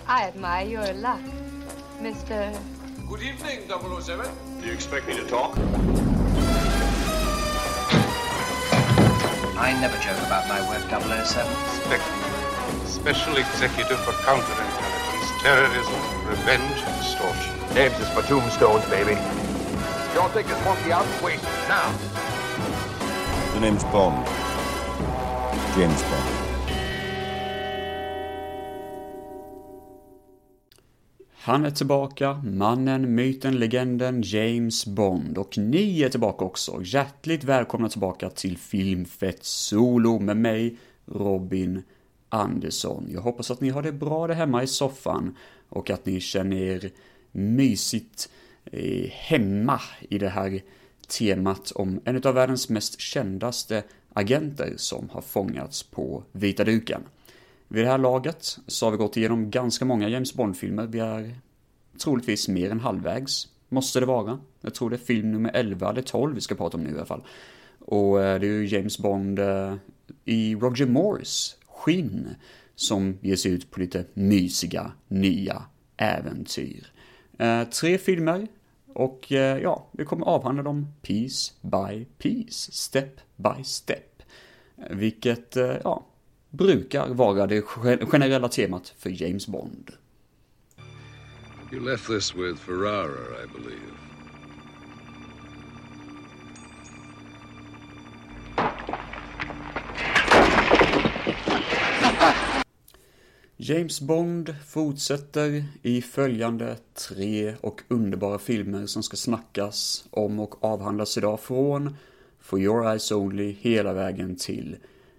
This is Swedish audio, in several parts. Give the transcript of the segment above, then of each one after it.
I admire your luck, Mr. Good evening, 007. Do you expect me to talk? I never joke about my work, 007. Spectre, Special Executive for Counterintelligence, Terrorism, Revenge, and Extortion. Names is for tombstones, baby. Don't take this monkey out and waste it now. The name's Bond. James Bond. Han är tillbaka, mannen, myten, legenden James Bond. Och ni är tillbaka också. Hjärtligt välkomna tillbaka till Filmfett Solo med mig, Robin Andersson. Jag hoppas att ni har det bra där hemma i soffan och att ni känner er mysigt hemma i det här temat om en av världens mest kändaste agenter som har fångats på vita duken. Vid det här laget så har vi gått igenom ganska många James Bond-filmer. Vi är troligtvis mer än halvvägs. Måste det vara. Jag tror det är film nummer 11 eller 12 vi ska prata om nu i alla fall. Och det är ju James Bond i Roger Moores skinn som ger sig ut på lite mysiga nya äventyr. 3 filmer och vi kommer avhandla dem piece by piece, step by step. Vilket, brukar vara det generella temat för James Bond. You left this with Ferrara, I believe. James Bond fortsätter i följande 3 och underbara filmer som ska snackas om och avhandlas idag, från For Your Eyes Only hela vägen till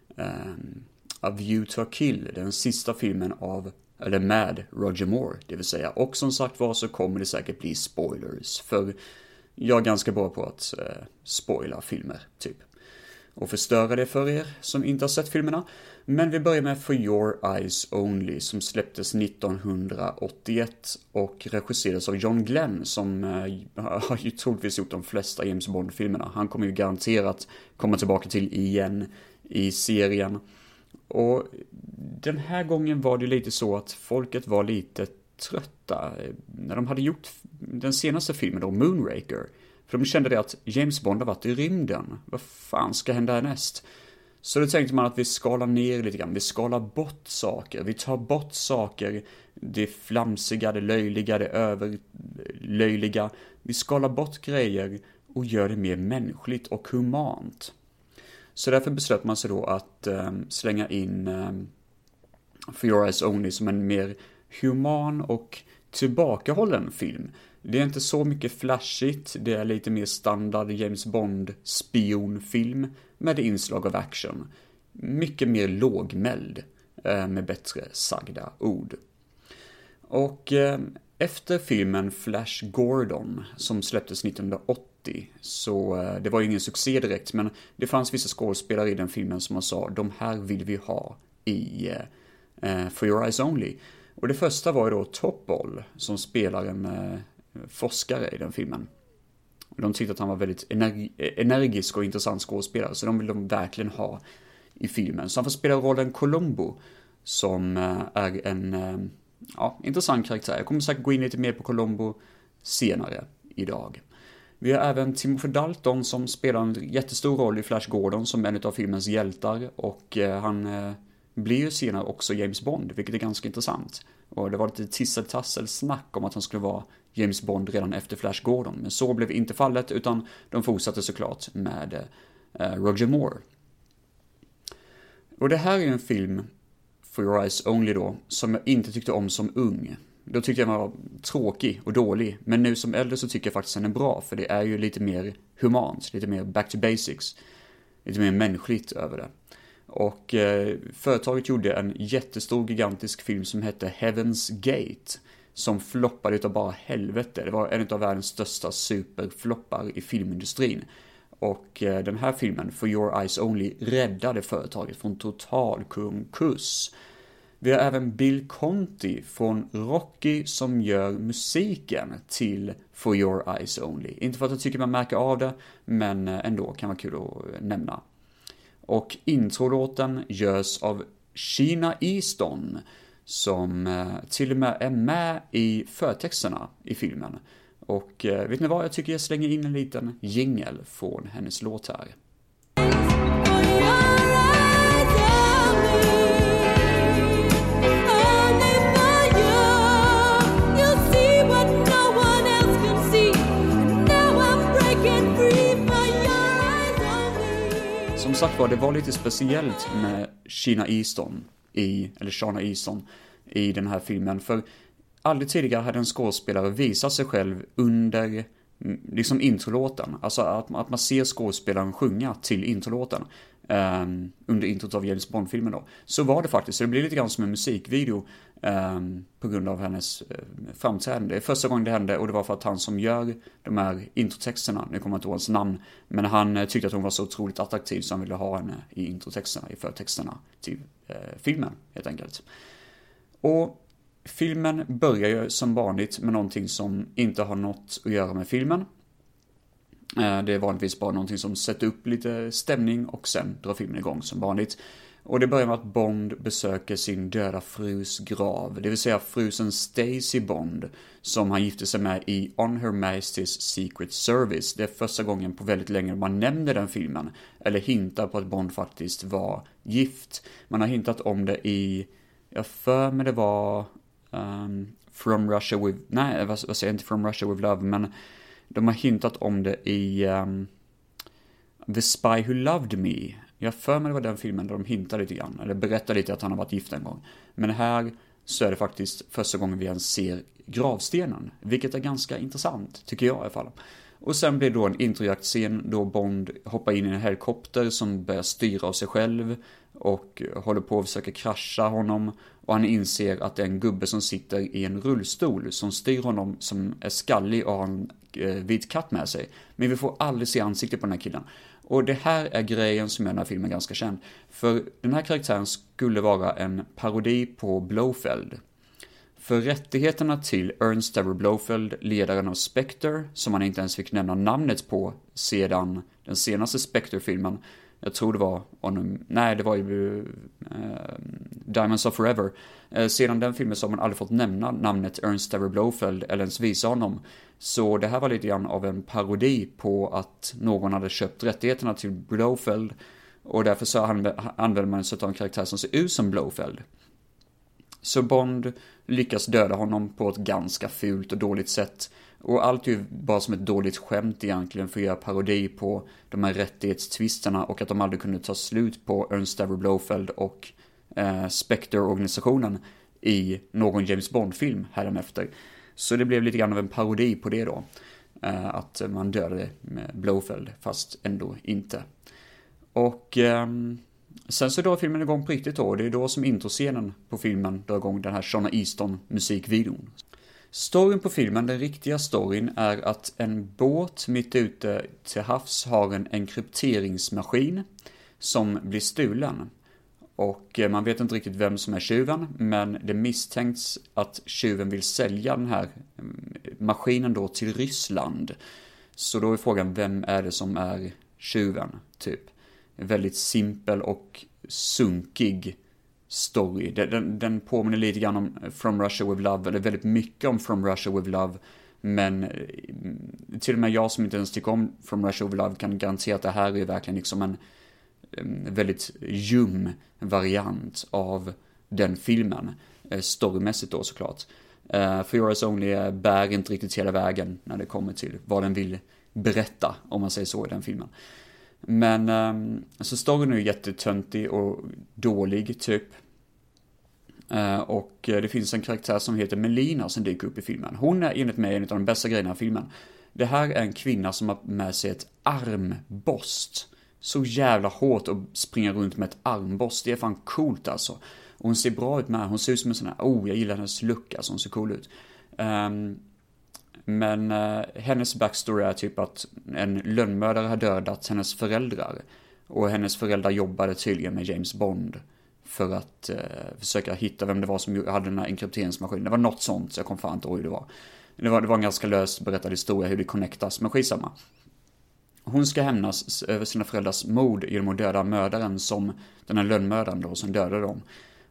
A View to a Kill, den sista filmen med Roger Moore, det vill säga. Och som sagt var så kommer det säkert bli spoilers, för jag är ganska bra på att spoila filmer, typ. Och förstöra det för er som inte har sett filmerna. Men vi börjar med For Your Eyes Only som släpptes 1981 och regisserades av John Glenn som har ju troligtvis gjort de flesta James Bond-filmerna. Han kommer ju garanterat komma tillbaka till igen i serien. Och den här gången var det lite så att folket var lite trötta när de hade gjort den senaste filmen då, Moonraker. För de kände det att James Bond har varit i rymden. Vad fan ska hända härnäst? Så då tänkte man att vi skalar ner lite grann. Vi skalar bort saker. Vi tar bort saker. Det flamsiga, det löjliga, det överlöjliga. Vi skalar bort grejer och gör det mer mänskligt och humant. Så därför beslöt man sig då att slänga in For Your Eyes Only som en mer human och tillbakahållen film. Det är inte så mycket flashigt, det är lite mer standard James Bond spionfilm med inslag av action. Mycket mer lågmäld med bättre sagda ord. Och efter filmen Flash Gordon som släpptes 1980, så det var ju ingen succé direkt, men det fanns vissa skådespelare i den filmen som man sa, de här vill vi ha i For Your Eyes Only. Och det första var ju då Topol som spelar en forskare i den filmen. Och de tyckte att han var väldigt energisk och intressant skådespelare, så de vill de verkligen ha i filmen. Så han får spela rollen Columbo som är en intressant karaktär. Jag kommer säkert gå in lite mer på Columbo senare idag. Vi har även Timothy Dalton som spelar en jättestor roll i Flash Gordon som en av filmens hjältar, och han blir ju senare också James Bond, vilket är ganska intressant. Och det var lite tissel-tassel-snack om att han skulle vara James Bond redan efter Flash Gordon, men så blev inte fallet, utan de fortsatte såklart med Roger Moore. Och det här är en film, For Your Eyes Only då, som jag inte tyckte om som ung. Då tyckte jag den var tråkig och dålig, men nu som äldre så tycker jag faktiskt den är bra, för det är ju lite mer humant, lite mer back to basics, lite mer mänskligt över det. Och företaget gjorde en jättestor gigantisk film som hette Heaven's Gate, som floppade utav bara helvete. Det var en av världens största superfloppar i filmindustrin. Och den här filmen, For Your Eyes Only, räddade företaget från total konkurs. Vi har även Bill Conti från Rocky som gör musiken till For Your Eyes Only. Inte för att jag tycker man märker av det, men ändå kan vara kul att nämna. Och introlåten görs av Sheena Easton som till och med är med i förtexterna i filmen. Och vet ni vad, jag tycker jag slänger in en liten jingle från hennes låt här. Som sagt var, det var lite speciellt med Shana Easton i den här filmen. För aldrig tidigare hade en skådespelare visat sig själv under liksom introlåten. Alltså att man ser skådespelaren sjunga till introlåten. Under introt av James Bond-filmen då. Så var det faktiskt. Så det blir lite grann som en musikvideo på grund av hennes framträdande. Det är första gången det hände och det var för att han som gör de här introtexterna, nu kommer jag inte ihåg hans namn, men han tyckte att hon var så otroligt attraktiv så han ville ha henne i introtexterna, i förtexterna till filmen helt enkelt. Och filmen börjar ju som vanligt med någonting som inte har något att göra med filmen. Det är vanligtvis bara någonting som sätter upp lite stämning och sen drar filmen igång som vanligt. Och det börjar med att Bond besöker sin döda frus grav, det vill säga frusen Stacy Bond, som han gifte sig med i On Her Majesty's Secret Service. Det är första gången på väldigt länge man nämner den filmen, eller hintar på att Bond faktiskt var gift. Man har hintat om det i, jag för mig det var From Russia With, nej vad säger jag, inte From Russia With Love, men de har hintat om det i The Spy Who Loved Me. Jag för mig det var den filmen där de hintar lite grann, eller berättar lite att han har varit gift en gång. Men här så är det faktiskt första gången vi ens ser gravstenen, vilket är ganska intressant, tycker jag i alla fall. Och sen blir det då en introjaktscen då Bond hoppar in i en helikopter som börjar styra av sig själv och håller på att försöka krascha honom. Och han inser att det är en gubbe som sitter i en rullstol som styr honom, som är skallig och har en vit katt med sig. Men vi får aldrig se ansiktet på den här killen. Och det här är grejen som gör den här filmen ganska känd. För den här karaktären skulle vara en parodi på Blofeld. För rättigheterna till Ernst Stavro Blofeld, ledaren av Spectre, som man inte ens fick nämna namnet på sedan den senaste Spectre-filmen. Jag tror det var, det var ju Diamonds of Forever. Sedan den filmen så har man aldrig fått nämna namnet Ernst Stavro Blofeld eller ens visa honom. Så det här var lite grann av en parodi på att någon hade köpt rättigheterna till Blofeld. Och därför så använder man sig av en karaktär som ser ut som Blofeld. Så Bond lyckas döda honom på ett ganska fult och dåligt sätt. Och allt är ju bara som ett dåligt skämt egentligen för att göra parodi på de här rättighetstvisterna och att de aldrig kunde ta slut på Ernst Stavro Blofeld och Spectre-organisationen i någon James Bond-film härefter. Så det blev lite grann av en parodi på det då. Att man dödade med Blofeld fast ändå inte. Och sen så drar filmen igång på riktigt då. Det är då som introscenen på filmen drar igång den här Shana Easton musikvideon. Storyn på filmen, den riktiga storyn, är att en båt mitt ute till havs har en enkrypteringsmaskin som blir stulen. Och man vet inte riktigt vem som är tjuven, men det misstänks att tjuven vill sälja den här maskinen då till Ryssland. Så då är frågan, vem är det som är tjuven, typ? En väldigt simpel och sunkig story. Den påminner lite grann om From Russia With Love, eller väldigt mycket om From Russia With Love, men till och med jag som inte ens tycker om From Russia With Love kan garantera att det här är verkligen liksom en väldigt ljum variant av den filmen, storymässigt då såklart. For Your Eyes Only bär inte riktigt hela vägen när det kommer till vad den vill berätta, om man säger så, i den filmen. Men så storyn är ju jättetöntig och dålig typ. Och det finns en karaktär som heter Melina som dyker upp i filmen. Hon är enligt mig en av de bästa grejerna i filmen. Det här är en kvinna som har med sig ett armborst. Så jävla hårt att springa runt med ett armborst. Det är fan coolt alltså. Och hon ser bra ut med. Hon ser ut som en sån här, jag gillar hennes look alltså. Hon ser cool ut. Men hennes backstory är typ att en lönnmördare har dödat hennes föräldrar. Och hennes föräldrar jobbade tydligen med James Bond för att försöka hitta vem det var som hade den här enkrypteringsmaskinen. Det var något sånt, så jag kom fan inte ihåg hur det var. Det var en ganska löst berättad historia hur det connectas, men skitsamma. Hon ska hämnas över sina föräldrars mord genom att döda mördaren som den här lönnmördaren då som dödade dem.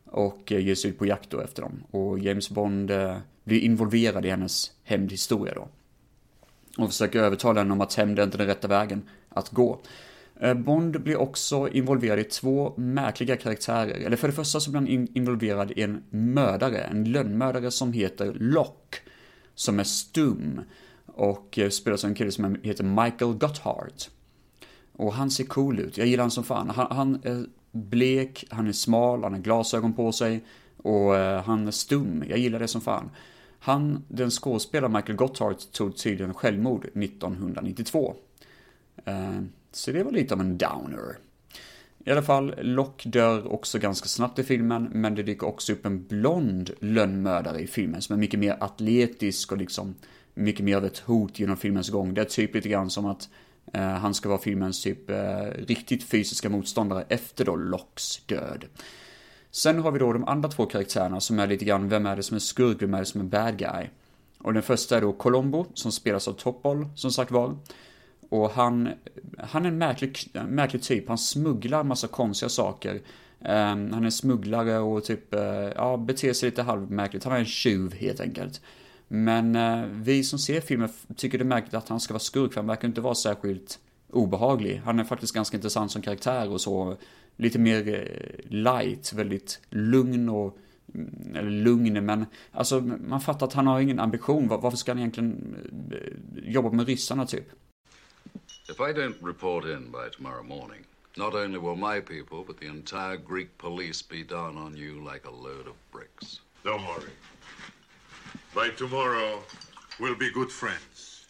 och ger sig ut på jakt då efter dem. Och James Bond blir involverad i hennes hämndhistoria då. Och försöker övertala henne om att hämnd är inte den rätta vägen att gå. Bond blir också involverad i 2 märkliga karaktärer. Eller för det första så blir han involverad i en mördare, en lönnmördare som heter Locke, som är stum och spelas av en kille som heter Michael Gotthard. Och han ser cool ut, jag gillar han som fan. Han är blek, han är smal, han har glasögon på sig och han är stum, jag gillar det som fan. Den skådespelaren Michael Gotthard tog tydligen självmord 1992. Så det var lite av en downer. I alla fall, Locke dör också ganska snabbt i filmen, men det dyker också upp en blond lönnmördare i filmen som är mycket mer atletisk och liksom mycket mer av ett hot genom filmens gång. Det är typ lite grann som att han ska vara filmens typ riktigt fysiska motståndare efter då Lockes död. Sen har vi då de andra 2 karaktärerna som är lite grann, vem är det som är skurk, vem är det som är bad guy? Och den första är då Colombo, som spelas av Topol, som sagt var. Och han är en märklig typ. Han smugglar massa konstiga saker. Han är smugglare och typ beter sig lite halvmärkligt. Han är en tjuv helt enkelt. Men vi som ser filmen tycker det är märkligt att han ska vara skurk, för han verkar inte vara särskilt obehaglig. Han är faktiskt ganska intressant som karaktär och så. Lite mer light, väldigt lugn men alltså man fattar att han har ingen ambition. Varför ska han egentligen jobba med ryssarna typ? If I don't report in by tomorrow morning, not only will my people, but the entire Greek police be down on you like a load of bricks. Don't worry. By tomorrow, we'll be good friends.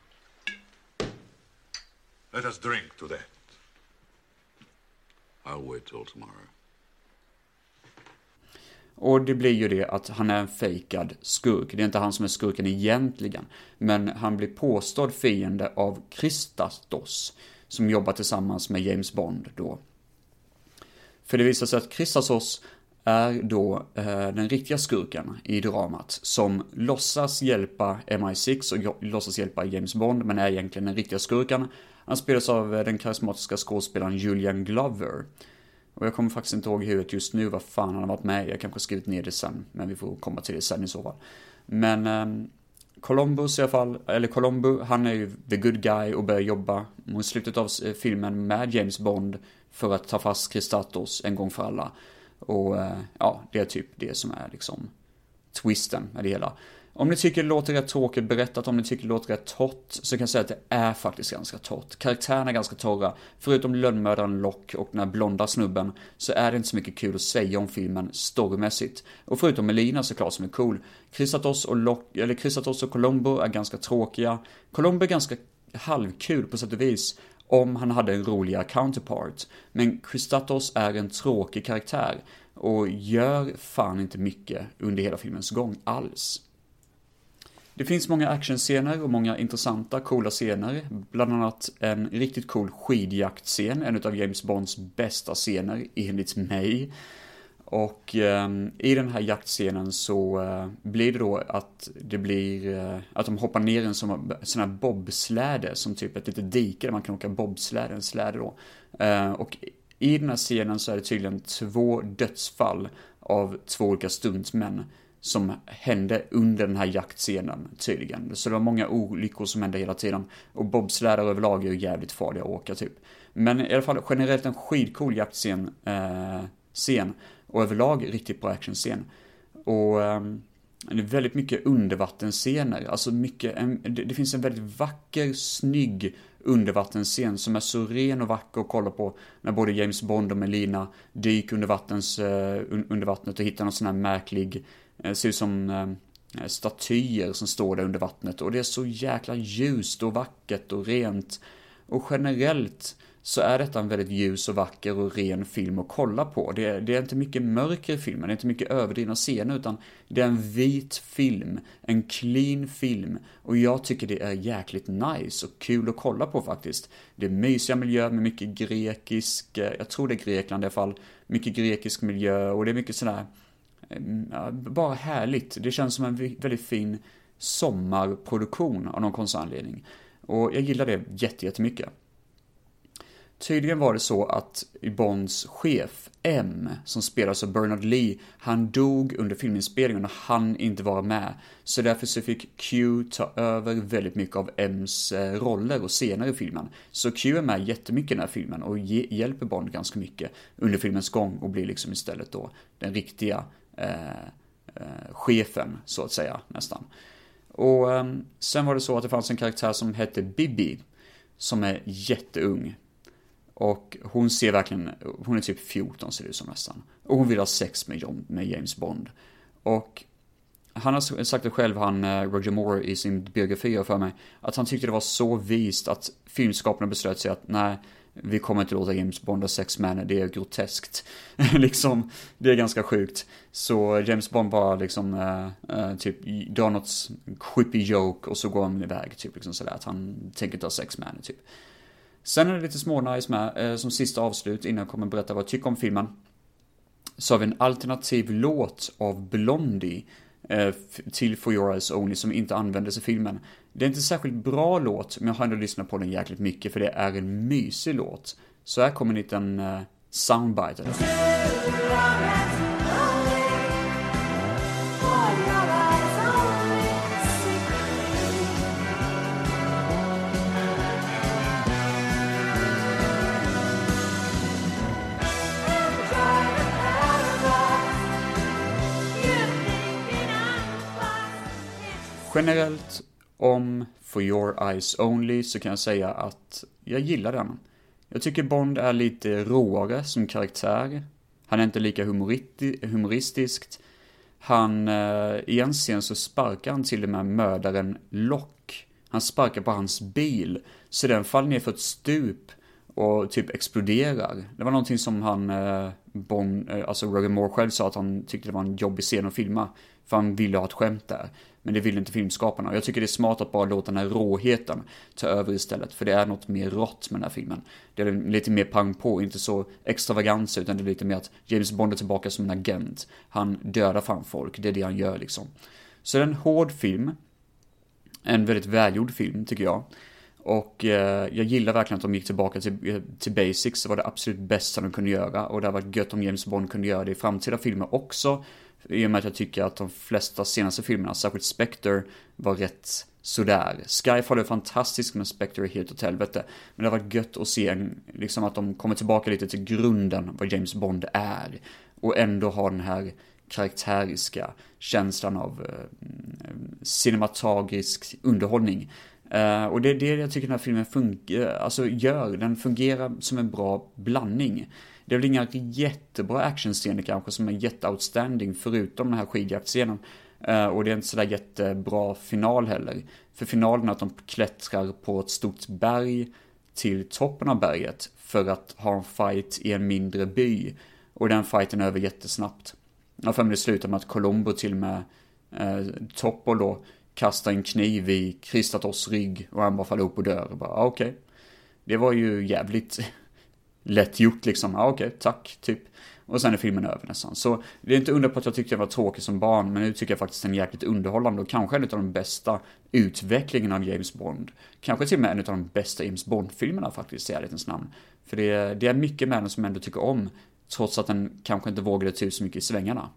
Let us drink to that. I'll wait till tomorrow. Och det blir ju det att han är en fejkad skurk. Det är inte han som är skurken egentligen. Men han blir påstådd fiende av Christatos, som jobbar tillsammans med James Bond då. För det visar sig att Christatos är då den riktiga skurken i dramat, som låtsas hjälpa MI6 och låtsas hjälpa James Bond, men är egentligen den riktiga skurken. Han spelas av den karismatiska skådespelaren Julian Glover. Och jag kommer faktiskt inte ihåg i huvudet just nu vad fan han har varit med. Jag kanske har skrivit ner det sen, men vi får komma till det sen i så fall. Men Colombo i alla fall, eller Colombo, han är ju the good guy och börjar jobba mot slutet av filmen med James Bond för att ta fast Christatos en gång för alla. Och det är typ det som är liksom twisten med det hela. Om ni tycker det låter rätt tråkigt berättat, om ni tycker det låter rätt torrt, så kan jag säga att det är faktiskt ganska torrt. Karaktärerna är ganska torra. Förutom lönnmördaren Locke och den här blonda snubben så är det inte så mycket kul att säga om filmen storymässigt. Och förutom Melina såklart som är cool. Christatos och Colombo är ganska tråkiga. Colombo är ganska halvkul på sätt och vis om han hade en roligare counterpart. Men Christatos är en tråkig karaktär och gör fan inte mycket under hela filmens gång alls. Det finns många actionscener och många intressanta, coola scener. Bland annat en riktigt cool skidjaktscen, en av James Bonds bästa scener enligt mig. Och i den här jaktscenen så blir det då att att de hoppar ner i en sån här bobsläde, som typ ett litet dike där man kan åka bobsläde, en släde då. Och i den här scenen så är det tydligen 2 dödsfall av 2 olika stuntmän som hände under den här jaktscenen tydligen. Så det var många olyckor som hände hela tiden. Och bobslädar överlag är ju jävligt farliga att åka typ. Men i alla fall generellt en skitcool jaktscen. Och överlag riktigt bra actionscen. Och det är väldigt mycket undervattensscener. Alltså det finns en väldigt vacker, snygg undervattensscen som är så ren och vacker att kolla på. När både James Bond och Melina dyker under vattnet och hittar någon sån här märklig, ser ut som statyer som står där under vattnet. Och det är så jäkla ljust och vackert och rent. Och generellt så är detta en väldigt ljus och vacker och ren film att kolla på. Det är inte mycket mörker i filmen, det är inte mycket överdrivna scener, utan det är en vit film, en clean film. Och jag tycker det är jäkligt nice och kul att kolla på faktiskt. Det är mysiga miljöer med mycket grekisk, jag tror det är Grekland i alla fall, mycket grekisk miljö, och det är mycket sådär, bara härligt. Det känns som en väldigt fin sommarproduktion av någon konstig anledning. Och jag gillar det jättemycket. Tydligen var det så att Bonds chef M, som spelas av Bernard Lee, han dog under filminspelningen och han inte vara med. Så därför så fick Q ta över väldigt mycket av M's roller och scener i filmen. Så Q är med jättemycket i den här filmen och hjälper Bond ganska mycket under filmens gång och blir liksom istället då den riktiga chefen, så att säga, nästan. Och sen var det så att det fanns en karaktär som hette Bibi, som är jätteung. Och hon ser verkligen, hon är typ 14 ser det ut som nästan. Och hon vill ha sex med James Bond. Och han har sagt det själv, Roger Moore, i sin biografi för mig, att han tyckte det var så vist att filmskaparna beslöt sig att nej, vi kommer inte låta James Bond ha sex med henne, det är groteskt. Liksom, det är ganska sjukt. Så James Bond bara liksom typ drar något quippy joke och så går han iväg, typ liksom sådär, att han tänker inte ha sex med henne, typ. Sen är det lite smånice med, som sista avslut innan jag kommer berätta vad jag tycker om filmen. Så har vi en alternativ låt av Blondie till For Your Eyes Only som inte användes i filmen. Det är inte särskilt bra låt, men jag har ändå lyssnat på den jäkligt mycket för det är en mysig låt. Så här kommer en liten soundbite. Generellt om For Your Eyes Only så kan jag säga att jag gillar den. Jag tycker Bond är lite råare som karaktär. Han är inte lika humoristiskt. I en scen så sparkar han till och med mördaren Lock. Han sparkar på hans bil så den faller ner för ett stup och typ exploderar. Det var någonting som alltså Roger Moore själv sa att han tyckte det var en jobbig scen att filma. För han ville ha ett skämt där. Men det vill inte filmskaparna. Och jag tycker det är smart att bara låta den här råheten ta över istället. För det är något mer rått med den här filmen. Det är lite mer pang på, inte så extravagans, utan det är lite mer att James Bond är tillbaka som en agent. Han dödar fan folk, det är det han gör liksom. Så det är en hård film. En väldigt välgjord film tycker jag. Och jag gillar verkligen att de gick tillbaka till basics. Det var det absolut bästa de kunde göra. Och det har varit gött om James Bond kunde göra det i framtida filmer också. I och med att jag tycker att de flesta senaste filmerna, särskilt Spectre, var rätt sådär. Skyfall är fantastisk, men Spectre är helt åt helvete. Men det har varit gött att se liksom att de kommer tillbaka lite till grunden vad James Bond är. Och ändå ha den här karaktäriska känslan av cinematogisk underhållning. Och det är det jag tycker den här filmen gör. Den fungerar som en bra blandning. Det är väl inga jättebra actionscener kanske som är jätteoutstanding förutom den här skidjaktscenen. Och det är inte sådär jättebra final heller. För finalen är att de klättrar på ett stort berg till toppen av berget för att ha en fight i en mindre by. Och den fighten är över jättesnabbt. Och för mig det slutar med att Colombo till och med Topol då kastar en kniv i Kristatos rygg och han bara faller upp och dör. Och bara, okej. Det var ju jävligt lätt gjort liksom. Okej, tack, typ. Och sen är filmen över nästan. Så det är inte undra på att jag tyckte jag var tråkig som barn, men nu tycker jag faktiskt den är jäkligt underhållande och kanske en av de bästa utvecklingen av James Bond. Kanske till och med en av de bästa James Bond-filmerna faktiskt i ärlighetens namn. För det är mycket med den som jag ändå tycker om, trots att den kanske inte vågade ta ut så mycket i svängarna.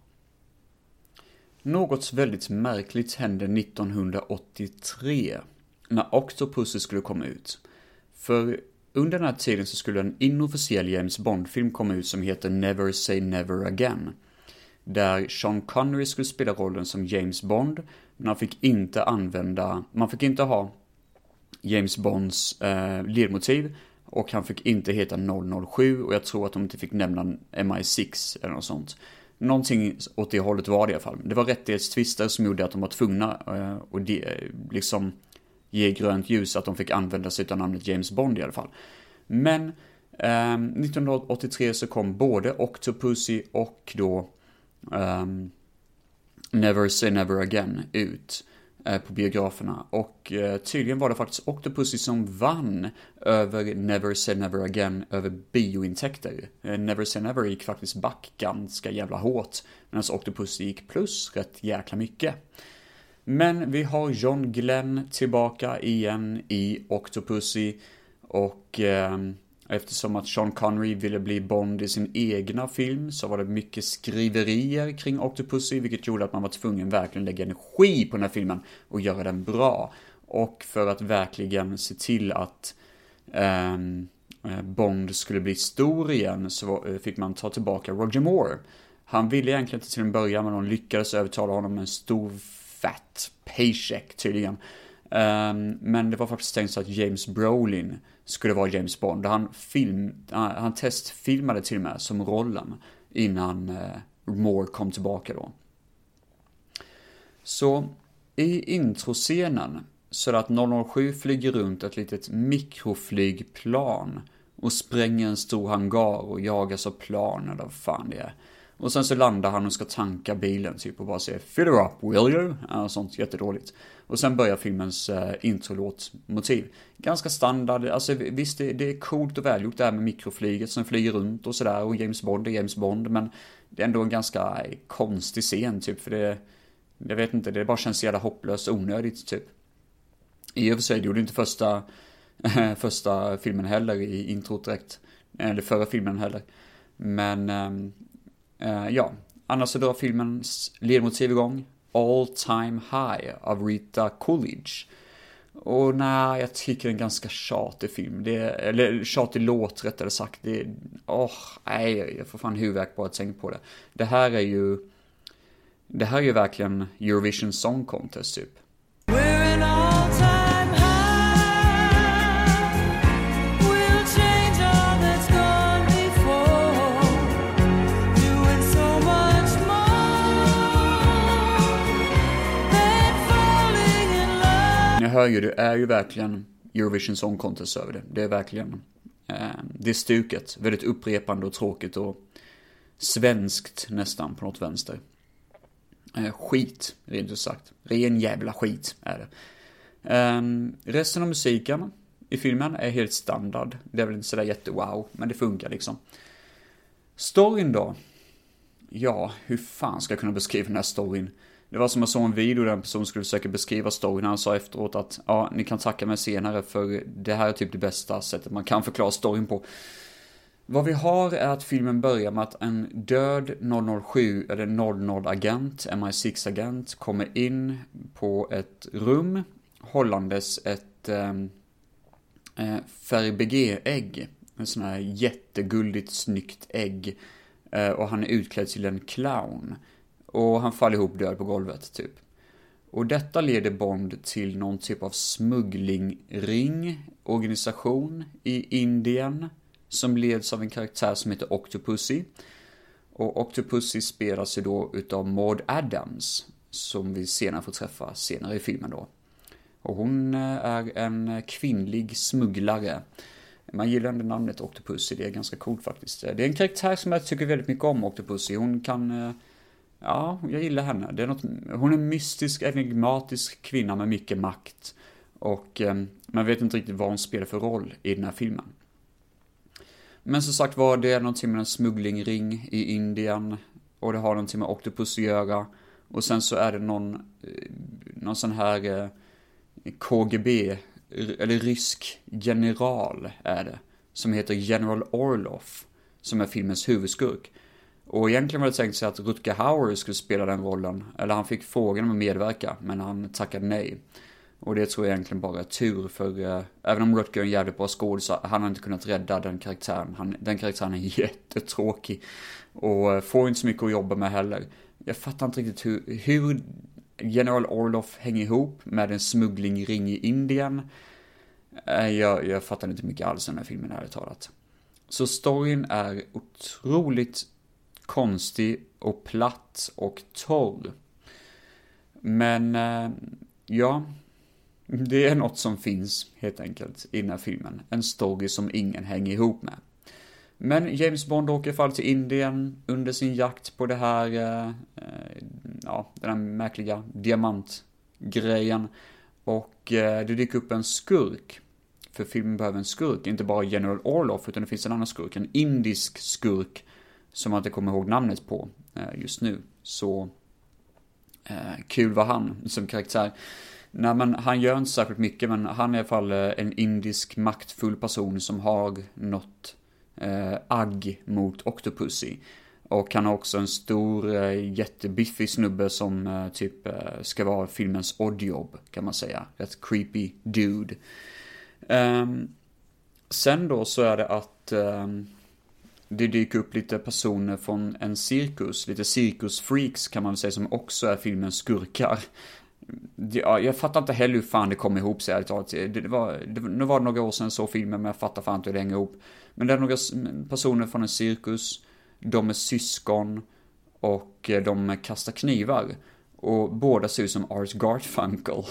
Något väldigt märkligt hände 1983 när Octopussy skulle komma ut. För under den här tiden så skulle en inofficiell James Bond-film komma ut som heter Never Say Never Again. Där Sean Connery skulle spela rollen som James Bond, men man fick inte ha James Bonds ledmotiv och han fick inte heta 007 och jag tror att de inte fick nämna MI6 eller något sånt. Någonting åt det hållet var det i alla fall. Det var rättighetstvister som gjorde att de var tvungna och liksom ge grönt ljus att de fick använda sig av namnet James Bond i alla fall. Men 1983 så kom både Octopussy och då Never Say Never Again ut på biograferna. Och tydligen var det faktiskt Octopussy som vann över Never Say Never Again över biointäkter. Never Say Never gick faktiskt back ganska jävla hårt, medan Octopussy gick plus rätt jäkla mycket. Men vi har John Glenn tillbaka igen i Octopussy och Eftersom att Sean Connery ville bli Bond i sin egna film så var det mycket skriverier kring Octopussy, vilket gjorde att man var tvungen verkligen lägga energi på den här filmen och göra den bra. Och för att verkligen se till att Bond skulle bli stor igen så fick man ta tillbaka Roger Moore. Han ville egentligen inte till en början, men de lyckades övertala honom med en stor fat paycheck tydligen. Men det var faktiskt tänkt så att James Brolin skulle vara James Bond. Han testfilmade till och med som rollen innan Moore kom tillbaka då. Så i introscenen så är det att 007 flyger runt ett litet mikroflygplan och spränger en stor hangar och jagas av plan eller vad fan det är. Och sen så landar han och ska tanka bilen typ och bara säger "Fill her up, will you?" Sånt jättedåligt. Och sen börjar filmens introlåtmotiv. Ganska standard, alltså visst det är coolt och välgjort det här med mikroflyget som flyger runt och sådär. Och James Bond är James Bond, men det är ändå en ganska konstig scen typ. För det, jag vet inte, det bara känns jävla hopplöst onödigt typ. I och för sig gjorde inte första filmen heller i introt direkt. Eller förra filmen heller. Men ja, annars så drar filmens ledmotiv igång. All Time High av Rita Coolidge. Och nej, jag tycker det är en ganska tjatig film. Eller tjatig låt rättare sagt. Nej, jag får fan huvudvärk bara att tänka på det. Det här är ju verkligen Eurovision Song Contest typ. Jag hör ju, det är ju verkligen Eurovision Song Contest över det. Det är verkligen det är stuket. Väldigt upprepande och tråkigt och svenskt nästan på något vänster. Skit, rent ut sagt. Ren jävla skit är det. Resten av musiken i filmen är helt standard. Det är väl inte sådär jättewow, men det funkar liksom. Storyn då? Ja, hur fan ska jag kunna beskriva den här storyn? Det var som jag såg en video där en person skulle försöka beskriva storyn. Han sa efteråt att ja, ni kan tacka mig senare för det här är typ det bästa sättet man kan förklara storyn på. Vad vi har är att filmen börjar med att en död 007 eller 00-agent, MI6-agent, kommer in på ett rum hållandes ett Fabergé-ägg. En sån här jätteguldigt snyggt ägg. Och han är utklädd till en clown. Och han faller ihop död på golvet typ. Och detta leder Bond till någon typ av smugglingring organisation i Indien som leds av en karaktär som heter Octopussy. Och Octopussy spelas ju då utav Maud Adams som vi senare får träffa senare i filmen då. Och hon är en kvinnlig smugglare. Man gillar ändå namnet Octopussy, det är ganska coolt faktiskt. Det är en karaktär som jag tycker väldigt mycket om, Octopussy. Hon kan... Ja, jag gillar henne. Det är hon är en mystisk, enigmatisk kvinna med mycket makt. Och man vet inte riktigt vad hon spelar för roll i den här filmen. Men som sagt var det någonting med en smugglingring i Indien. Och det har någonting med Octopus att göra. Och sen så är det någon sån här KGB, eller rysk general är det. Som heter General Orlov. Som är filmens huvudskurk. Och egentligen var det tänkt sig att Rutger Hauer skulle spela den rollen. Eller han fick frågan om att medverka, men han tackade nej. Och det tror jag egentligen bara är tur, för även om Rutger är en jävligt bra skådespelare så han har inte kunnat rädda den karaktären. Den karaktären är jättetråkig och får inte så mycket att jobba med heller. Jag fattar inte riktigt hur General Orlov hänger ihop med en smugglingring i Indien. Jag fattar inte mycket alls den här filmen, ärligt talat. Så storyn är otroligt konstig och platt och torr. Men ja, det är något som finns helt enkelt i den här filmen. En story som ingen hänger ihop med. Men James Bond åker i fall till Indien under sin jakt på det här, den här märkliga diamantgrejen. Och det dyker upp en skurk. För filmen behöver en skurk, inte bara General Orlov, utan det finns en annan skurk, en indisk skurk som man inte kommer ihåg namnet på just nu. Så kul var han som karaktär. Nej, men han gör inte särskilt mycket, men han är i alla fall en indisk maktfull person som har något agg mot Octopussy. Och han har också en stor, jättebiffig snubbe som typ ska vara filmens oddjobb, kan man säga. Rätt creepy dude. Sen då så är det att det dyker upp lite personer från en cirkus, lite cirkusfreaks kan man väl säga, som också är filmens skurkar. Jag fattar inte heller hur fan det kom ihop sig. Nu var det några år sedan så filmen, men jag fattar fan inte hur det hänger ihop. Men det är några personer från en cirkus, de är syskon och de kastar knivar. Och båda ser ut som Art Garfunkel.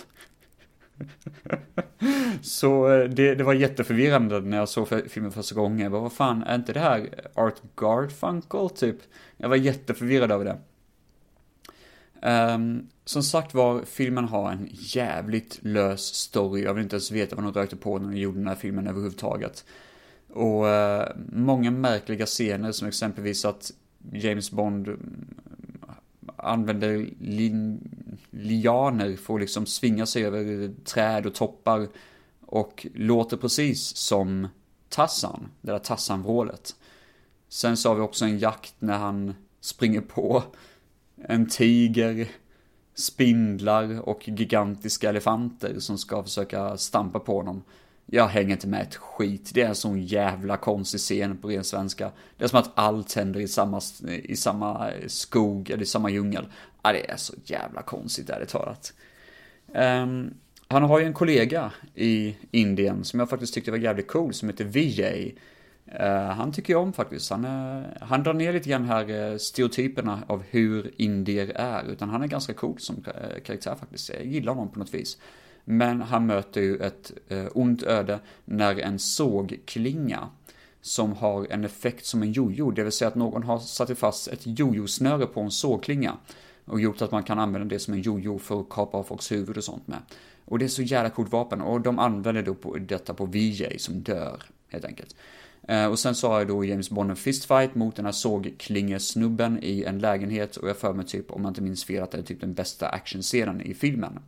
Så det var jätteförvirrande när jag såg filmen första gången. Jag bara, vad fan, är inte det här Art Garfunkel typ? Jag var jätteförvirrad över det. Som sagt var, filmen har en jävligt lös story. Jag vill inte ens veta vad de rökte på när de gjorde den här filmen överhuvudtaget. Och många märkliga scener, som exempelvis att James Bond använder lianer för att liksom svinga sig över träd och toppar och låter precis som Tarzan, det där Tarzan-vrålet. Sen så har vi också en jakt när han springer på en tiger, spindlar och gigantiska elefanter som ska försöka stampa på honom. Jag hänger inte med ett skit. Det är en sån jävla konstig scen på ren svenska. Det är som att allt händer i samma skog eller i samma djungel. Ja, det är så jävla konstigt, ärligt talat. Han har ju en kollega i Indien som jag faktiskt tyckte var jävligt cool, som heter Vijay. Han tycker jag om faktiskt. Han drar ner lite grann här stereotyperna av hur indier är. Utan han är ganska cool som karaktär faktiskt. Jag gillar honom på något vis. Men han möter ju ett ont öde när en sågklinga som har en effekt som en jojo, det vill säga att någon har satt fast ett jojo-snöre på en sågklinga och gjort att man kan använda det som en jojo för att kapa av folks huvud och sånt med. Och det är så jävla coolt vapen, och de använder då detta på Vijay som dör, helt enkelt. Och sen så har jag då James Bond en fistfight mot den här sågklingesnubben i en lägenhet, och jag för mig typ, om man inte minns fel, att det är typ den bästa actionscenen i filmen.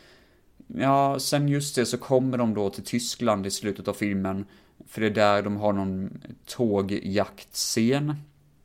Ja, sen just det så kommer de då till Tyskland i slutet av filmen. För det är där de har någon tågjaktscen.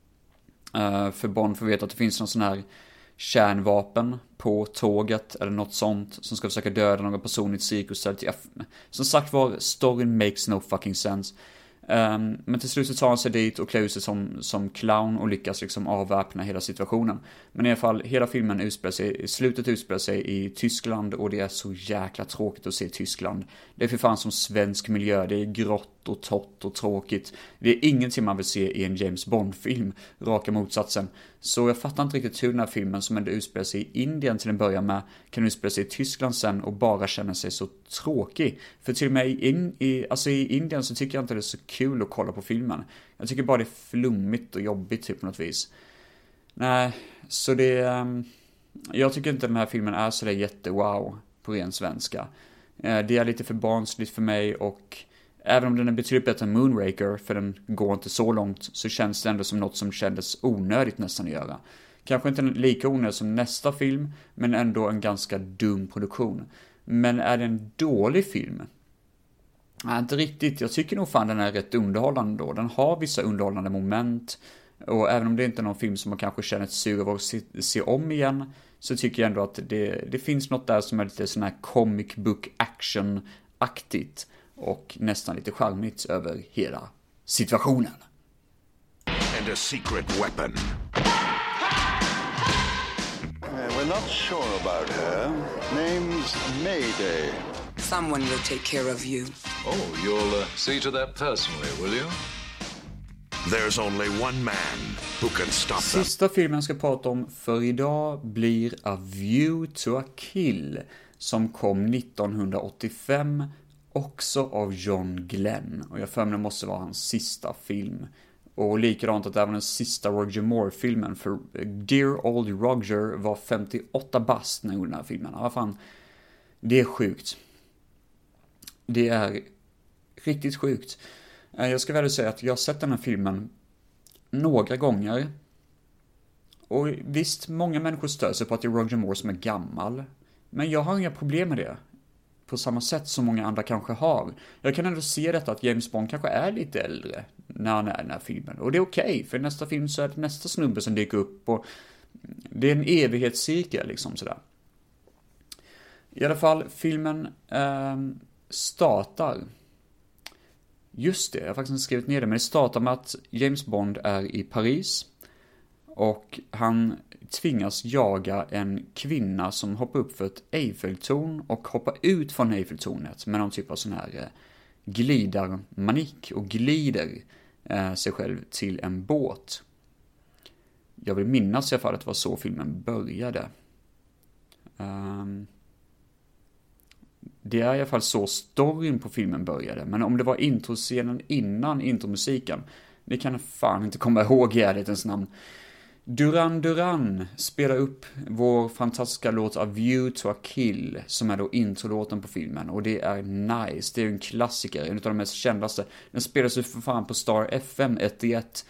För Bond får veta att det finns någon sån här kärnvapen på tåget eller något sånt som ska försöka döda någon person i ett cirkus. Som sagt var, storyn makes no fucking sense. Men till slut så tar han sig dit och klär ut sig som clown och lyckas liksom avväpna hela situationen. Men i alla fall, hela filmen utspelar sig i Tyskland, och det är så jäkla tråkigt att se Tyskland. Det är för fan som svensk miljö, det är grått och torrt och tråkigt. Det är ingenting man vill se i en James Bond-film, raka motsatsen. Så jag fattar inte riktigt hur den här filmen, som ändå utspelar sig i Indien till en början med, kan utspela sig i Tyskland sen och bara känna sig så tråkig. För till och med i Indien så tycker jag inte det är så kul att kolla på filmen. Jag tycker bara det är flummigt och jobbigt typ på något vis. Nej, så jag tycker inte den här filmen är så där jättewow på ren svenska. Det är lite för barnsligt för mig, och även om den är betydligt bättre än Moonraker, för den går inte så långt, så känns det ändå som något som kändes onödigt nästan att göra. Kanske inte lika onödigt som nästa film, men ändå en ganska dum produktion. Men är det en dålig film? Nej, inte riktigt. Jag tycker nog fan den är rätt underhållande då. Den har vissa underhållande moment. Och även om det inte är någon film som man kanske känner ett sug av att se om igen, så tycker jag ändå att det finns något där som är lite sån här comic book action-aktigt. Och nästan lite charmigt över hela situationen. And a secret weapon. We're not sure about her. Name's Mayday. Someone will take care of you. Oh, you'll see to that personally, will you? There's only one man who can stop them. Sista filmen jag ska prata om för idag blir A View to a Kill, som kom 1985, också av John Glenn. Och jag för mig det måste vara hans sista film. Och likadant att det var den sista Roger Moore-filmen, för Dear Old Roger var 58 bast när han gjorde den här filmen. Ja, fan, det är sjukt. Det är riktigt sjukt. Jag ska väl säga att jag har sett den här filmen några gånger. Och visst, många människor stör sig på att det är Roger Moore som är gammal. Men jag har inga problem med det. På samma sätt som många andra kanske har. Jag kan ändå se detta att James Bond kanske är lite äldre när han är i den här filmen. Och det är okej, för i nästa film så är det nästa snubbe som dyker upp. Och det är en evighetscirkel liksom sådär. I alla fall, filmen startar. Just det, jag har faktiskt skrivit ner det. Men det startar med att James Bond är i Paris. Och han tvingas jaga en kvinna som hoppar upp för ett Eiffeltorn och hoppar ut från Eiffeltornet med någon typ av sån här glidarmanik och glider sig själv till en båt. Jag vill minnas i alla fall att det var så filmen började. Det är i alla fall så storyn på filmen började. Men om det var introscenen innan intromusiken, det kan jag fan inte komma ihåg i ärlighetens namn. Duran Duran spelar upp vår fantastiska låt A View to a Kill, som är då introlåten på filmen. Och det är nice, det är en klassiker, en av de mest kändaste. Den spelas ju för fan på Star FM 1-1.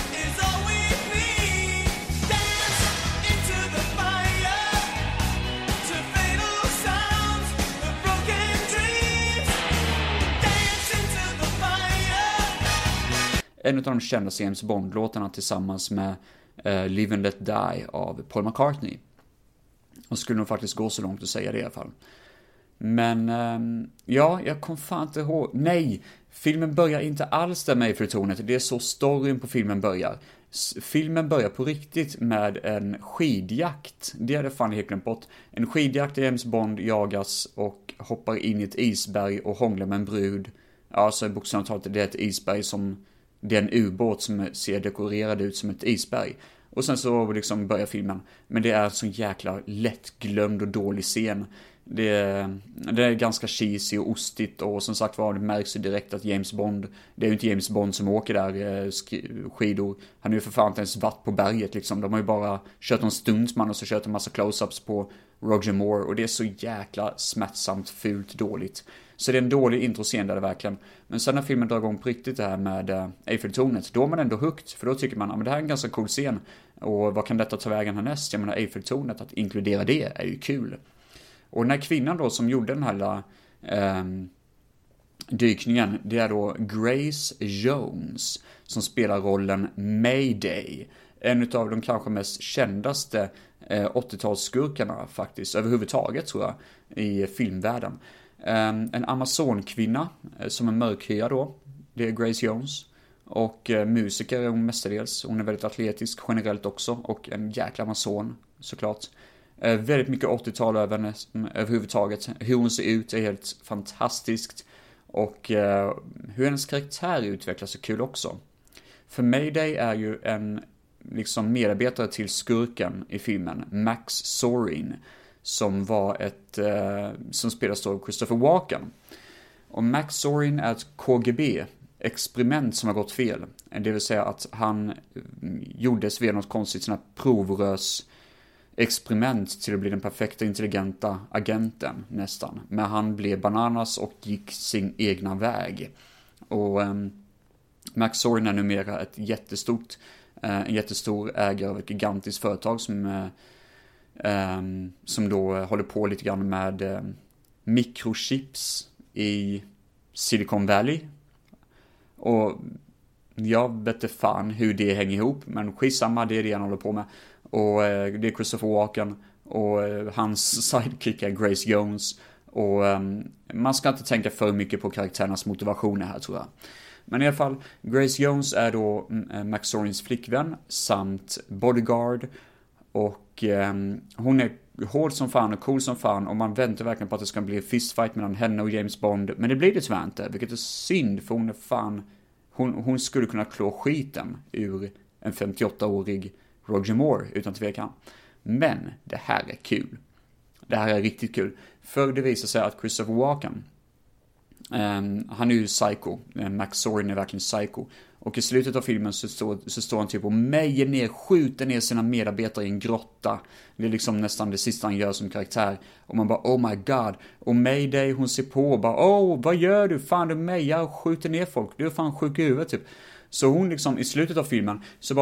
En av de kändaste James Bond-låtarna tillsammans med Live and Let Die av Paul McCartney. Och skulle nog faktiskt gå så långt att säga det i alla fall. Men ja, jag kom fan inte ihåg. Nej, filmen börjar inte alls där med Eiffeltornet. Det är så storyn på filmen börjar. Filmen börjar på riktigt med en skidjakt. Det hade fan helt glömt bort. En skidjakt där James Bond jagas och hoppar in i ett isberg och hånglar med en brud. Ja, så bokstavligt talat, det är ett isberg som... Det är en ubåt som ser dekorerad ut som ett isberg. Och sen så liksom börjar filmen. Men det är en så jäkla lättglömd och dålig scen. Det är ganska cheesy och ostigt. Och som sagt var, det märks ju direkt att James Bond... Det är ju inte James Bond som åker där skidor. Han är ju för fan inte ens vatt på berget liksom. De har ju bara kört en stuntman och så kört en massa close-ups på Roger Moore. Och det är så jäkla smärtsamt, fult, dåligt. Så det är en dålig introscen där det verkligen. Men sen när filmen drar igång på riktigt det här med Eiffeltornet, då är man ändå hooked. För då tycker man, ja men det här är en ganska cool scen. Och vad kan detta ta vägen härnäst? Jag menar Eiffeltornet, att inkludera det är ju kul. Och den här kvinnan då som gjorde den här dykningen, det är då Grace Jones som spelar rollen Mayday. En av de kanske mest kändaste 80-talsskurkarna faktiskt, överhuvudtaget tror jag, i filmvärlden. En amazonkvinna som är mörkhyad då, det är Grace Jones. Och musiker är hon mestadels, hon är väldigt atletisk generellt också. Och en jäkla amazon såklart. Väldigt mycket 80-tal överhuvudtaget. Hur hon ser ut är helt fantastiskt. Och hur hennes karaktär utvecklas är kul också. För Mayday är ju en liksom medarbetare till skurken i filmen, Max Zorin, som var som spelas av Christopher Walken. Och Max Zorin är ett KGB-experiment som har gått fel. Det vill säga att han gjordes via något konstigt sån här provrörs experiment till att bli den perfekta intelligenta agenten nästan. Men han blev bananas och gick sin egna väg. Och Max Zorin är numera en jättestor ägare av ett gigantiskt företag som då håller på lite grann med mikrochips i Silicon Valley. Och jag vet inte fan hur det hänger ihop, men skitsamma, det är det han håller på med. Och det är Christopher Walken och hans sidekick är Grace Jones. Och man ska inte tänka för mycket på karaktärernas motivationer här tror jag. Men i alla fall, Grace Jones är då Max Zorins flickvän samt bodyguard. Och hon är hård som fan och cool som fan. Och man väntar verkligen på att det ska bli en fistfight mellan henne och James Bond. Men det blir det tyvärr inte, vilket är synd. För hon är fan... Hon skulle kunna klå skiten ur en 58-årig Roger Moore utan tvekan. Men det här är kul. Det här är riktigt kul. För det visar sig att Christopher Walken, han är ju psycho. Max Zorin är verkligen psycho. Och i slutet av filmen så står han typ och mejer ner, skjuter ner sina medarbetare i en grotta. Det är liksom nästan det sista han gör som karaktär. Och man bara, oh my god. Och Mayday, hon ser på och bara, vad gör du? Fan, du mejar och skjuter ner folk. Du är fan sjuk i huvudet typ. Så hon liksom i slutet av filmen så bara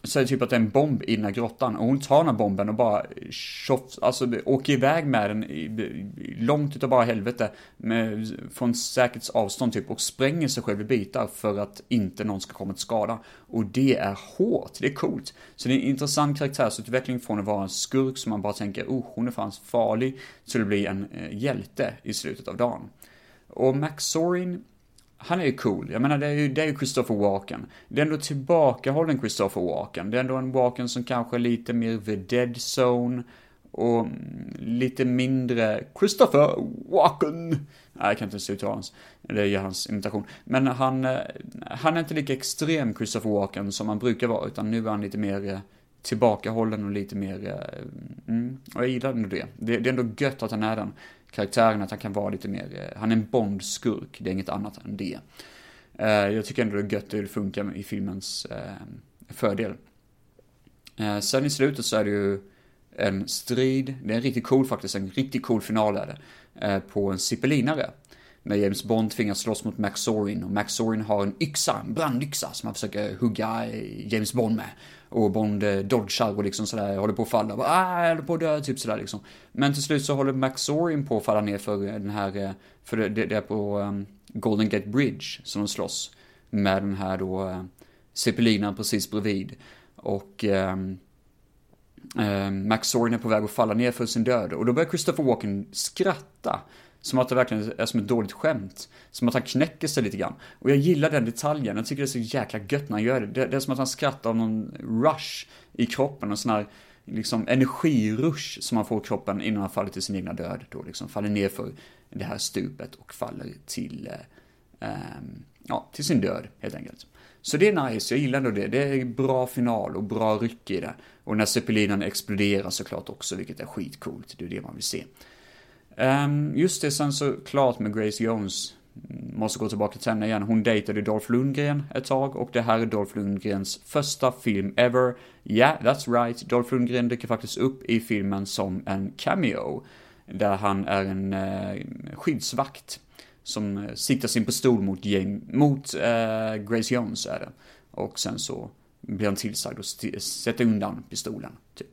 så är det typ att det är en bomb i den här grottan. Och hon tar den här bomben och bara åker iväg med den långt utav bara helvete. Från säkert avstånd typ. Och spränger sig själv i bitar för att inte någon ska komma till skada. Och det är hårt, det är coolt. Så det är en intressant karaktär. Så utveckling från att vara en skurk som man bara tänker, hon är fan farlig. Så det blir en hjälte i slutet av dagen. Och Max Zorin, han är ju cool. Jag menar, det är ju Christopher Walken. Det är ändå tillbakahållen Christopher Walken. Det är ändå en Walken som kanske är lite mer The Dead Zone. Och lite mindre Christopher Walken. Nej, jag kan inte sluta hans. Det är hans imitation. Men han är inte lika extrem Christopher Walken som han brukar vara. Utan nu är han lite mer tillbakahållen och lite mer... och jag gillar ändå det. Det är ändå gött att han är den karaktären, att han kan vara lite mer... Han är en Bond-skurk, det är inget annat än det. Jag tycker ändå det är gött att det funkar i filmens fördel. Sen i slutet så är det ju en strid, det är en riktigt cool final är det, på en zippelinare. När James Bond tvingas slåss mot Max Zorin, och Max Zorin har en brandyxa som han försöker hugga James Bond med. Och Bond dodgar och liksom sådär, håller på att falla, och jag håller på att dö, typ sådär liksom. Men till slut så håller Max Zorin på att falla ner för den här, för det är på Golden Gate Bridge som de slåss med den här då zeppelinen precis bredvid. Och Max Zorin är på väg att falla ner för sin död. Och då börjar Christopher Walken skratta. Som att det verkligen är som ett dåligt skämt. Som att han knäcker sig lite grann. Och jag gillar den detaljen. Jag tycker det är så jäkla gött när han gör det. Det är som att han skrattar av någon rush i kroppen. En sån här liksom energirush som han får i kroppen innan han faller till sin egna död. Då liksom faller ner för det här stupet och faller till sin död helt enkelt. Så det är nice, jag gillar ändå det. Det är bra final och bra ryck i det. Och när zeppelinen exploderar såklart också, vilket är skitcoolt. Det är det man vill se. Just det, sen så klart med Grace Jones. Måste gå tillbaka till henne igen. Hon dejtade Dolph Lundgren ett tag. Och det här är Dolph Lundgrens första film ever. That's right. Dolph Lundgren dyker faktiskt upp i filmen som en cameo. Där han är en skyddsvakt som siktar sin pistol mot Grace Jones är det. Och sen så blir han tillsagd och sätter undan pistolen typ.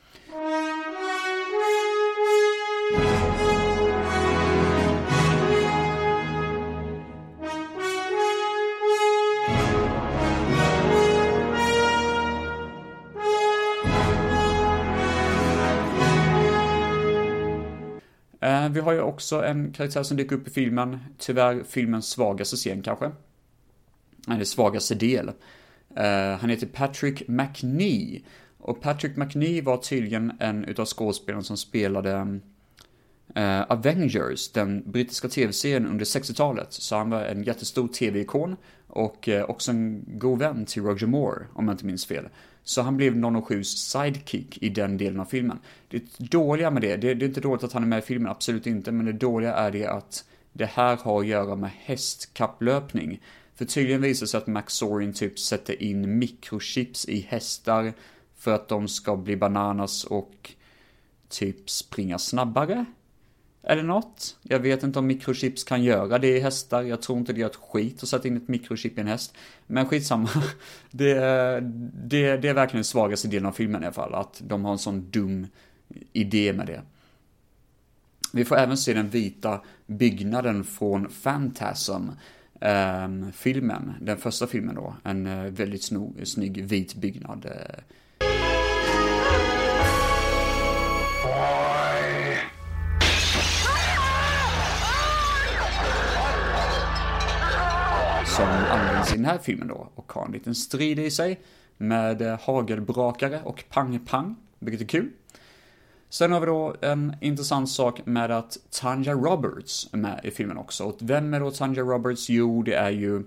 Vi har ju också en karaktär som dyker upp i filmen. Tyvärr filmens svagaste scen kanske. Eller svagaste del. Han heter Patrick Macnee. Och Patrick Macnee var tydligen en utav skådespelarna som spelade Avengers, den brittiska tv-serien under 60-talet. Så han var en jättestor tv-ikon. Och också en god vän till Roger Moore, om jag inte minns fel. Så han blev 007s sidekick i den delen av filmen. Det dåliga med det är inte dåligt att han är med i filmen, absolut inte. Men det dåliga är det att det här har att göra med hästkapplöpning. För tydligen visar sig att Max Zorin typ sätter in mikrochips i hästar för att de ska bli bananas och typ springa snabbare. Eller något. Jag vet inte om mikrochips kan göra det i hästar. Jag tror inte det är ett skit att sätta in ett mikrochip i en häst. Men skitsamma. Det är verkligen den svagaste delen av filmen i alla fall. Att de har en sån dum idé med det. Vi får även se den vita byggnaden från Phantasm. Filmen. Den första filmen då. En väldigt snygg vit byggnad. Som används i den här filmen då. Och har en liten strid i sig. Med hagelbrakare och pang-pang. Vilket är kul. Sen har vi då en intressant sak med att Tanya Roberts är med i filmen också. Och vem är då Tanya Roberts? Jo, det är ju...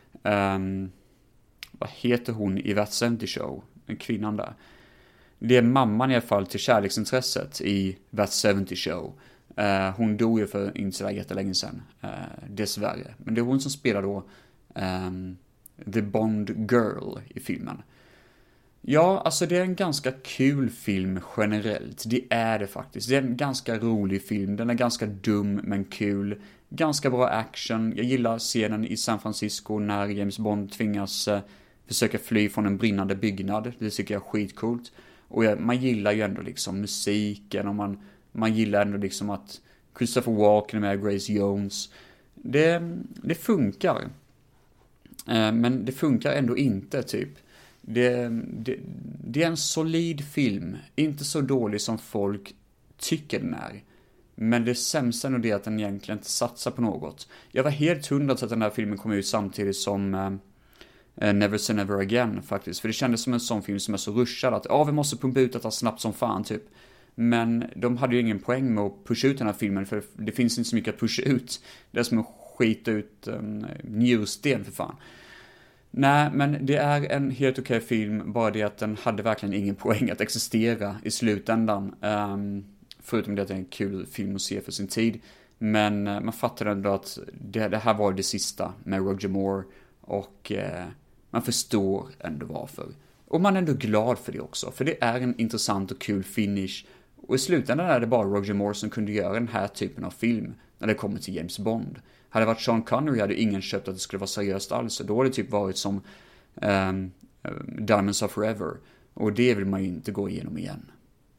vad heter hon i That 70 Show? Kvinnan där. Det är mamman i alla fall till kärleksintresset i That 70 Show. Hon dog ju för inte så jättelänge sedan. Dessvärre. Men det är hon som spelar då The Bond Girl i filmen. Ja, alltså det är en ganska kul film generellt. Det är det faktiskt. Det är en ganska rolig film. Den är ganska dum men kul. Ganska bra action. Jag gillar scenen i San Francisco när James Bond tvingas försöka fly från en brinnande byggnad. Det tycker jag är skitcoolt. Och man gillar ju ändå liksom musiken, och man gillar ändå liksom att Christopher Walken är med, Grace Jones. Det funkar. Men det funkar ändå inte, typ. Det är en solid film. Inte så dålig som folk tycker den är. Men det sämsta är nog det att den egentligen inte satsar på något. Jag var helt 100% att den här filmen kom ut samtidigt som Never Say Never Again faktiskt. För det kändes som en sån film som är så rushad att vi måste pumpa ut detta snabbt som fan typ. Men de hade ju ingen poäng med att pusha ut den här filmen, för det finns inte så mycket att pusha ut. Det är som att skita ut njursten för fan. Nej, men det är en helt okej film, bara det att den hade verkligen ingen poäng att existera i slutändan. Förutom det att det är en kul film att se för sin tid. Men man fattar ändå att det här var det sista med Roger Moore. Och man förstår ändå varför. Och man är ändå glad för det också. För det är en intressant och kul finish. Och i slutändan är det bara Roger Moore som kunde göra den här typen av film när det kommer till James Bond. Hade det varit Sean Connery hade ingen köpt att det skulle vara seriöst alls. Då hade det typ varit som Diamonds Are Forever. Och det vill man ju inte gå igenom igen.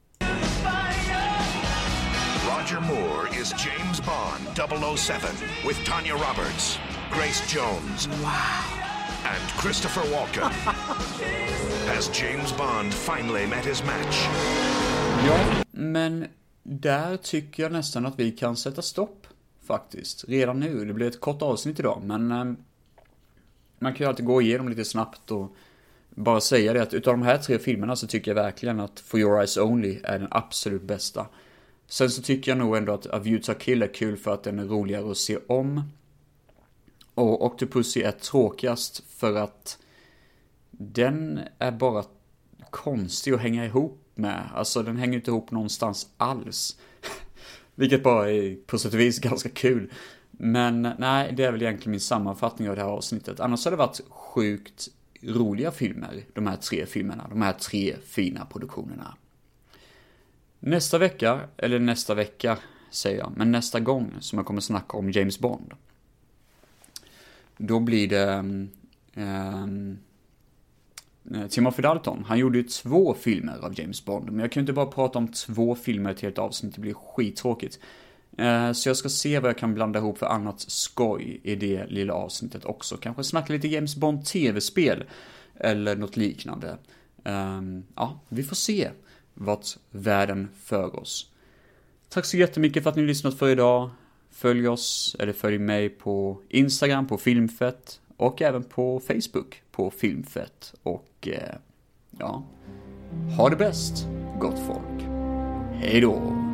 Roger Moore is James Bond 007 with Tanya Roberts, Grace Jones, and Christopher Walken. Has James Bond finally met his match? Ja, men där tycker jag nästan att vi kan sätta stopp faktiskt. Redan nu. Det blir ett kort avsnitt idag, men man kan ju alltid gå igenom lite snabbt och bara säga det att utav de här 3 filmerna så tycker jag verkligen att For Your Eyes Only är den absolut bästa. Sen så tycker jag nog ändå att A View to Kill är kul för att den är roligare att se om. Och Octopussy är tråkigast för att den är bara konstig att hänga ihop med. Alltså den hänger inte ihop någonstans alls. Vilket bara är på sätt och vis ganska kul. Men nej, det är väl egentligen min sammanfattning av det här avsnittet. Annars har det varit sjukt roliga filmer, de här 3 filmerna. De här 3 fina produktionerna. Nästa vecka säger jag, men nästa gång som jag kommer snacka om James Bond. Då blir det Timothy Dalton. Han gjorde ju 2 filmer av James Bond. Men jag kan ju inte bara prata om 2 filmer till ett avsnitt. Det blir skittråkigt. Så jag ska se vad jag kan blanda ihop för annat skoj i det lilla avsnittet också. Kanske snacka lite James Bond tv-spel. Eller något liknande. Ja, vi får se vad världen för oss. Tack så jättemycket för att ni har lyssnat för idag. Följ oss, eller följ mig på Instagram på Filmfett. Och även på Facebook på Filmfett. Och ja, ha det bäst, gott folk. Hej då!